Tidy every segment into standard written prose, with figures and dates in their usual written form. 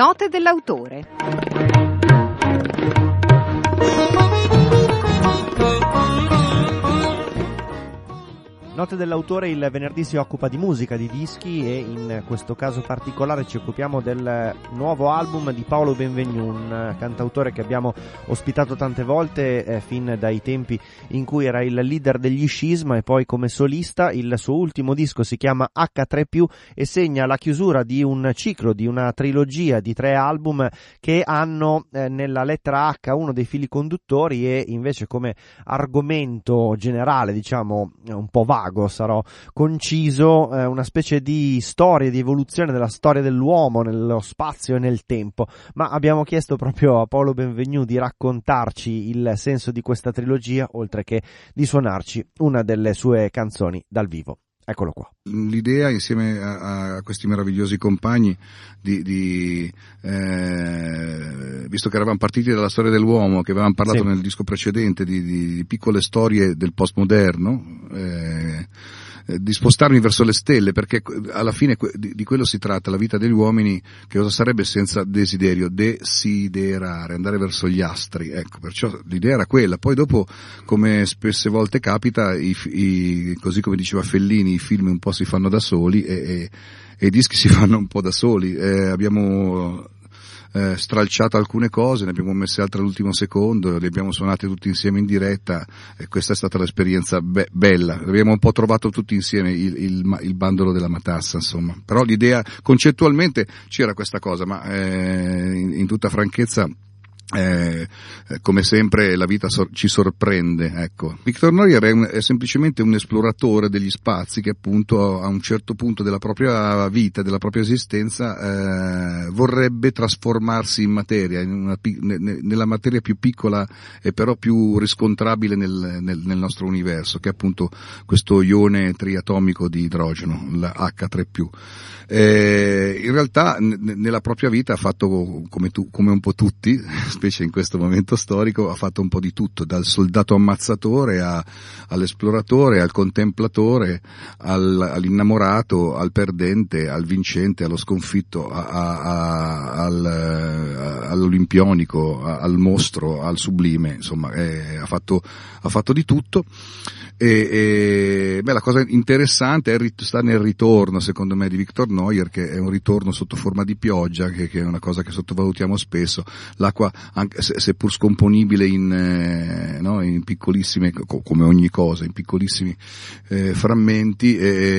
Note dell'autore. Note dell'autore il venerdì si occupa di musica, di dischi, e in questo caso particolare ci occupiamo del nuovo album di Paolo Benvenu, un cantautore che abbiamo ospitato tante volte fin dai tempi in cui era il leader degli Scisma e poi come solista. Il suo ultimo disco si chiama H3+, e segna la chiusura di un ciclo, di una trilogia di 3 album che hanno nella lettera H uno dei fili conduttori e invece come argomento generale, diciamo un po' vago, sarò conciso, una specie di storia, di evoluzione della storia dell'uomo nello spazio e nel tempo. Ma abbiamo chiesto proprio a Paolo Benvenu di raccontarci il senso di questa trilogia, oltre che di suonarci una delle sue canzoni dal vivo. Eccolo qua. L'idea, insieme a questi meravigliosi compagni, visto che eravamo partiti dalla storia dell'uomo, che avevamo parlato nel disco precedente di piccole storie del postmoderno, di spostarmi verso le stelle, perché alla fine di quello si tratta, la vita degli uomini. Che cosa sarebbe senza desiderio? Desiderare, andare verso gli astri, ecco, perciò l'idea era quella. Poi dopo, come spesse volte capita, così come diceva Fellini, i film un po' si fanno da soli e i dischi si fanno un po' da soli. Abbiamo stralciato alcune cose, ne abbiamo messe altre all'ultimo secondo, le abbiamo suonate tutti insieme in diretta, e questa è stata l'esperienza bella. Abbiamo un po' trovato tutti insieme il bandolo della matassa, insomma. Però l'idea, concettualmente c'era questa cosa, ma in tutta franchezza, come sempre la vita ci sorprende, ecco. Victor Neuer è semplicemente un esploratore degli spazi che appunto a un certo punto della propria vita, della propria esistenza, vorrebbe trasformarsi in materia, nella materia più piccola e però più riscontrabile nel nostro universo, che è appunto questo ione triatomico di idrogeno, la H3+. In realtà nella propria vita ha fatto come un po' tutti, specie in questo momento storico, ha fatto un po' di tutto, dal soldato ammazzatore all'esploratore, al contemplatore, all'innamorato, al perdente, al vincente, allo sconfitto, all'olimpionico, al mostro, al sublime, insomma, ha fatto di tutto. La cosa interessante sta nel ritorno, secondo me, di Victor Neuer, che è un ritorno sotto forma di pioggia, che è una cosa che sottovalutiamo spesso. L'acqua, anche seppur scomponibile in piccolissime, come ogni cosa, in piccolissimi frammenti,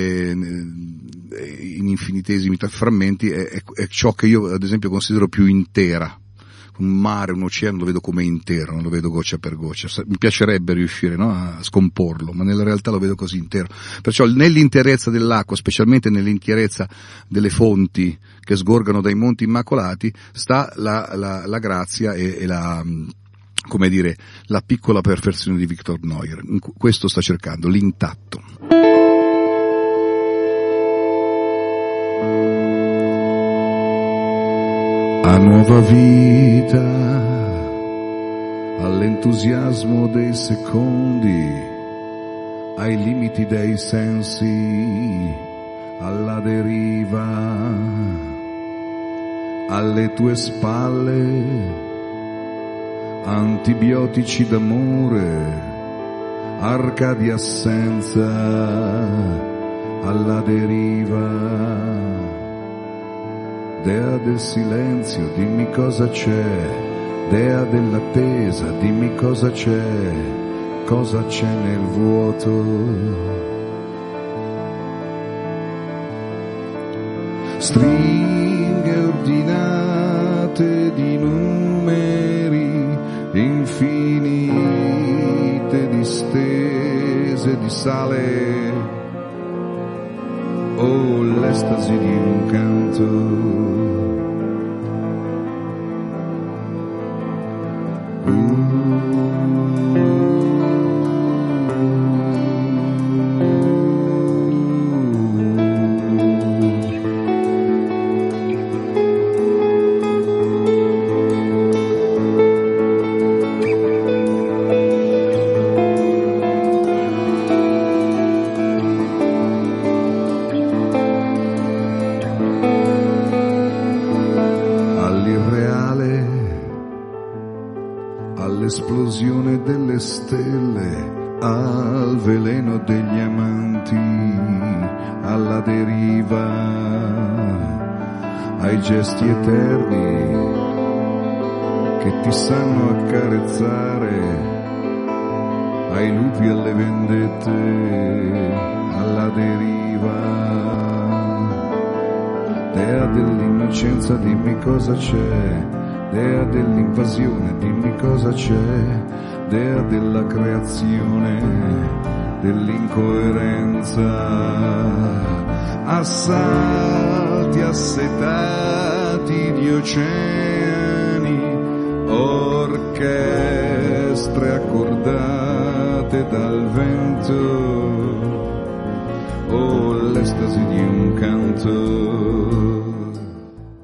in infinitesimi frammenti, è ciò che io ad esempio considero più intera. Un mare, un oceano lo vedo come intero, non lo vedo goccia per goccia. Mi piacerebbe riuscire, a scomporlo, ma nella realtà lo vedo così intero. Perciò nell'interezza dell'acqua, specialmente nell'interezza delle fonti che sgorgano dai monti immacolati, sta la grazia e la piccola perfezione di Victor Neuer. Questo sta cercando, l'intatto. A nuova vita, all'entusiasmo dei secondi, ai limiti dei sensi, alla deriva, alle tue spalle, antibiotici d'amore, arca di assenza, alla deriva. Dea del silenzio, dimmi cosa c'è, dea dell'attesa, dimmi cosa c'è nel vuoto. Stringhe ordinate di numeri, infinite distese di sale, oh l'estasi di un canto. all'esplosione delle stelle, al veleno degli amanti, alla deriva, ai gesti eterni che ti sanno accarezzare, ai lupi, alle vendette, alla deriva. Dea dell'innocenza, dimmi cosa c'è, dea dell'invasione, dimmi cosa c'è, dea della creazione, dell'incoerenza, assalti assetati di oceani, orchestre accordate dal vento, oh l'estasi di un canto.